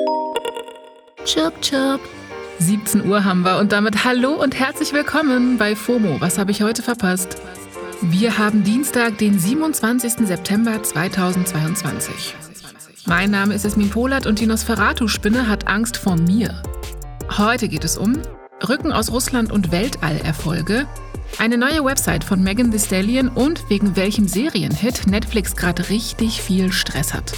Chirp, chirp. 17 Uhr haben wir und damit hallo und herzlich willkommen bei FOMO. Was habe ich heute verpasst? Wir haben Dienstag, den 27. September 2022. Mein Name ist Jasmin Polat und die Nosferatu-Spinne hat Angst vor mir. Heute geht es um Rücken aus Russland und Weltallerfolge, eine neue Website von Megan Thee Stallion und wegen welchem Serienhit Netflix gerade richtig viel Stress hat.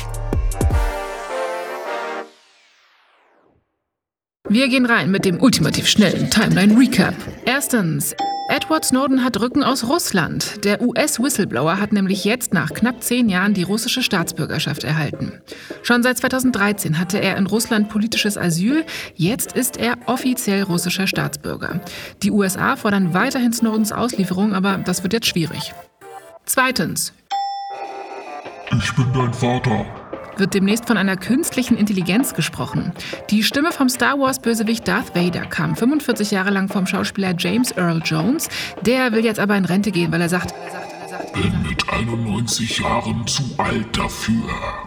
Wir gehen rein mit dem ultimativ schnellen Timeline-Recap. Erstens, Edward Snowden hat Rücken aus Russland. Der US-Whistleblower hat nämlich jetzt nach knapp 10 Jahren die russische Staatsbürgerschaft erhalten. Schon seit 2013 hatte er in Russland politisches Asyl. Jetzt ist er offiziell russischer Staatsbürger. Die USA fordern weiterhin Snowdens Auslieferung, aber das wird jetzt schwierig. Zweitens, ich bin dein Vater. Wird demnächst von einer künstlichen Intelligenz gesprochen. Die Stimme vom Star Wars-Bösewicht Darth Vader kam 45 Jahre lang vom Schauspieler James Earl Jones. Der will jetzt aber in Rente gehen, weil er sagt, Bin mit 91 Jahren zu alt dafür.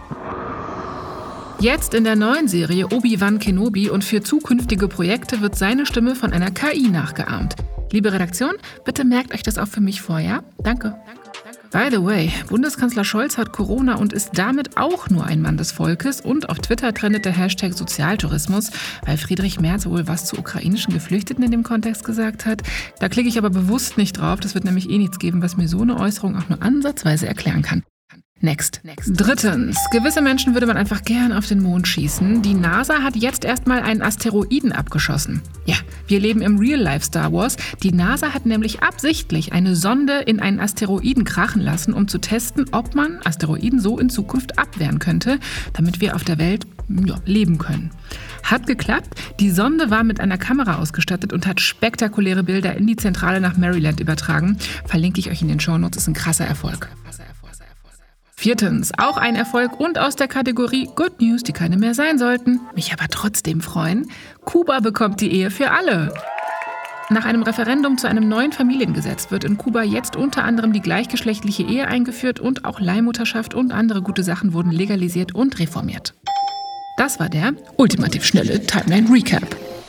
Jetzt in der neuen Serie Obi-Wan Kenobi und für zukünftige Projekte wird seine Stimme von einer KI nachgeahmt. Liebe Redaktion, bitte merkt euch das auch für mich vor, ja? Danke. By the way, Bundeskanzler Scholz hat Corona und ist damit auch nur ein Mann des Volkes und auf Twitter trendet der Hashtag Sozialtourismus, weil Friedrich Merz wohl was zu ukrainischen Geflüchteten in dem Kontext gesagt hat. Da klicke ich aber bewusst nicht drauf, das wird nämlich nichts geben, was mir so eine Äußerung auch nur ansatzweise erklären kann. Next. Drittens. Gewisse Menschen würde man einfach gern auf den Mond schießen. Die NASA hat jetzt erstmal einen Asteroiden abgeschossen. Ja, wir leben im Real-Life Star Wars. Die NASA hat nämlich absichtlich eine Sonde in einen Asteroiden krachen lassen, um zu testen, ob man Asteroiden so in Zukunft abwehren könnte, damit wir auf der Welt leben können. Hat geklappt. Die Sonde war mit einer Kamera ausgestattet und hat spektakuläre Bilder in die Zentrale nach Maryland übertragen. Verlinke ich euch in den Shownotes. Ist ein krasser Erfolg. Viertens, auch ein Erfolg und aus der Kategorie Good News, die keine mehr sein sollten, mich aber trotzdem freuen. Kuba bekommt die Ehe für alle. Nach einem Referendum zu einem neuen Familiengesetz wird in Kuba jetzt unter anderem die gleichgeschlechtliche Ehe eingeführt und auch Leihmutterschaft und andere gute Sachen wurden legalisiert und reformiert. Das war der ultimativ schnelle Timeline Recap.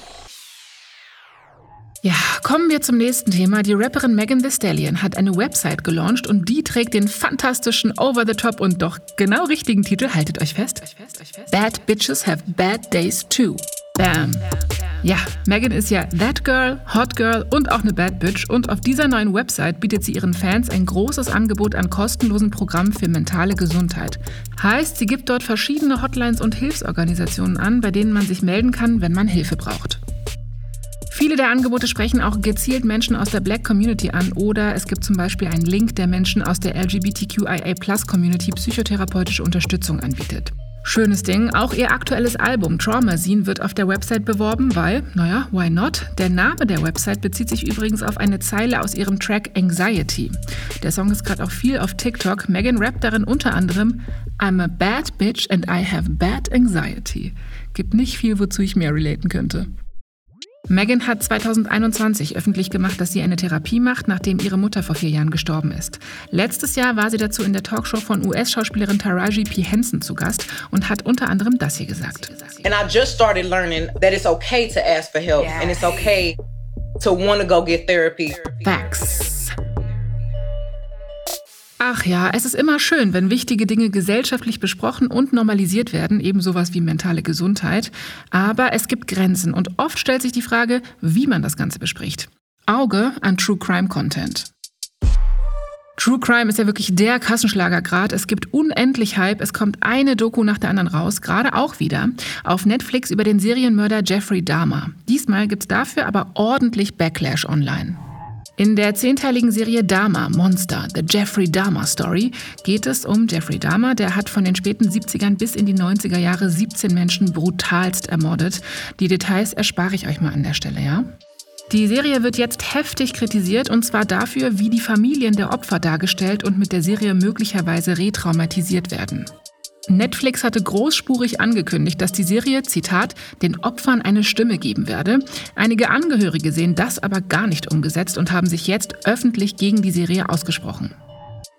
Ja, kommen wir zum nächsten Thema. Die Rapperin Megan Thee Stallion hat eine Website gelauncht und die trägt den fantastischen, over-the-top und doch genau richtigen Titel, haltet euch fest, Bad Bitches Have Bad Days Too. Bam. Ja, Megan ist ja That Girl, Hot Girl und auch eine Bad Bitch und auf dieser neuen Website bietet sie ihren Fans ein großes Angebot an kostenlosen Programmen für mentale Gesundheit. Heißt, sie gibt dort verschiedene Hotlines und Hilfsorganisationen an, bei denen man sich melden kann, wenn man Hilfe braucht. Viele der Angebote sprechen auch gezielt Menschen aus der Black Community an oder es gibt zum Beispiel einen Link, der Menschen aus der LGBTQIA+-Community psychotherapeutische Unterstützung anbietet. Schönes Ding, auch ihr aktuelles Album Traumazine wird auf der Website beworben, weil, why not? Der Name der Website bezieht sich übrigens auf eine Zeile aus ihrem Track Anxiety. Der Song ist gerade auch viel auf TikTok. Megan rappt darin unter anderem I'm a bad bitch and I have bad anxiety. Gibt nicht viel, wozu ich mehr relaten könnte. Megan hat 2021 öffentlich gemacht, dass sie eine Therapie macht, nachdem ihre Mutter vor 4 Jahren gestorben ist. Letztes Jahr war sie dazu in der Talkshow von US-Schauspielerin Taraji P. Henson zu Gast und hat unter anderem das hier gesagt. And I just started learning that it's okay to ask for help and it's okay to want to go get therapy. Facts. Ach ja, es ist immer schön, wenn wichtige Dinge gesellschaftlich besprochen und normalisiert werden, eben sowas wie mentale Gesundheit. Aber es gibt Grenzen und oft stellt sich die Frage, wie man das Ganze bespricht. Auge an True Crime Content. True Crime ist ja wirklich der Kassenschlager grad. Es gibt unendlich Hype. Es kommt eine Doku nach der anderen raus, gerade auch wieder auf Netflix über den Serienmörder Jeffrey Dahmer. Diesmal gibt's dafür aber ordentlich Backlash online. In der 10-teiligen Serie Dahmer, Monster, The Jeffrey Dahmer Story geht es um Jeffrey Dahmer. Der hat von den späten 70ern bis in die 90er Jahre 17 Menschen brutalst ermordet. Die Details erspare ich euch mal an der Stelle, ja? Die Serie wird jetzt heftig kritisiert und zwar dafür, wie die Familien der Opfer dargestellt und mit der Serie möglicherweise retraumatisiert werden. Netflix hatte großspurig angekündigt, dass die Serie, Zitat, den Opfern eine Stimme geben werde. Einige Angehörige sehen das aber gar nicht umgesetzt und haben sich jetzt öffentlich gegen die Serie ausgesprochen.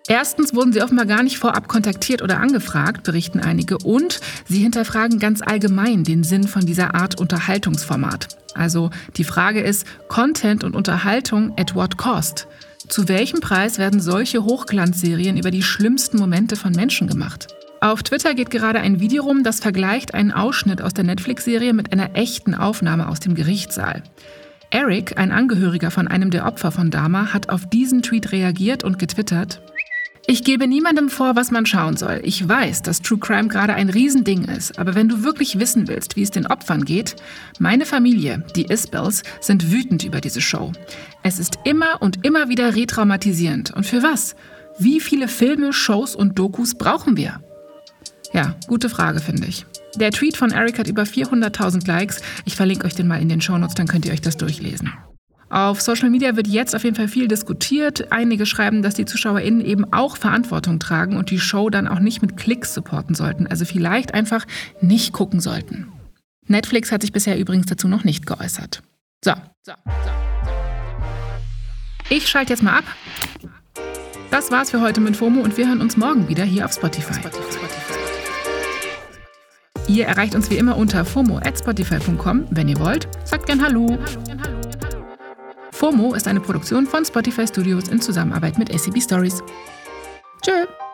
Erstens wurden sie offenbar gar nicht vorab kontaktiert oder angefragt, berichten einige, und sie hinterfragen ganz allgemein den Sinn von dieser Art Unterhaltungsformat. Also die Frage ist, Content und Unterhaltung at what cost? Zu welchem Preis werden solche Hochglanzserien über die schlimmsten Momente von Menschen gemacht? Auf Twitter geht gerade ein Video rum, das vergleicht einen Ausschnitt aus der Netflix-Serie mit einer echten Aufnahme aus dem Gerichtssaal. Eric, ein Angehöriger von einem der Opfer von Dahmer, hat auf diesen Tweet reagiert und getwittert: Ich gebe niemandem vor, was man schauen soll. Ich weiß, dass True Crime gerade ein Riesending ist, aber wenn du wirklich wissen willst, wie es den Opfern geht, meine Familie, die Isbells, sind wütend über diese Show. Es ist immer und immer wieder retraumatisierend. Und für was? Wie viele Filme, Shows und Dokus brauchen wir? Ja, gute Frage, finde ich. Der Tweet von Eric hat über 400.000 Likes. Ich verlinke euch den mal in den Shownotes, dann könnt ihr euch das durchlesen. Auf Social Media wird jetzt auf jeden Fall viel diskutiert. Einige schreiben, dass die ZuschauerInnen eben auch Verantwortung tragen und die Show dann auch nicht mit Klicks supporten sollten. Also vielleicht einfach nicht gucken sollten. Netflix hat sich bisher übrigens dazu noch nicht geäußert. So. Ich schalte jetzt mal ab. Das war's für heute mit FOMO und wir hören uns morgen wieder hier auf Spotify. Ihr erreicht uns wie immer unter fomo@spotify.com. Wenn ihr wollt, sagt gern Hallo. FOMO ist eine Produktion von Spotify Studios in Zusammenarbeit mit ACB Stories. Tschö!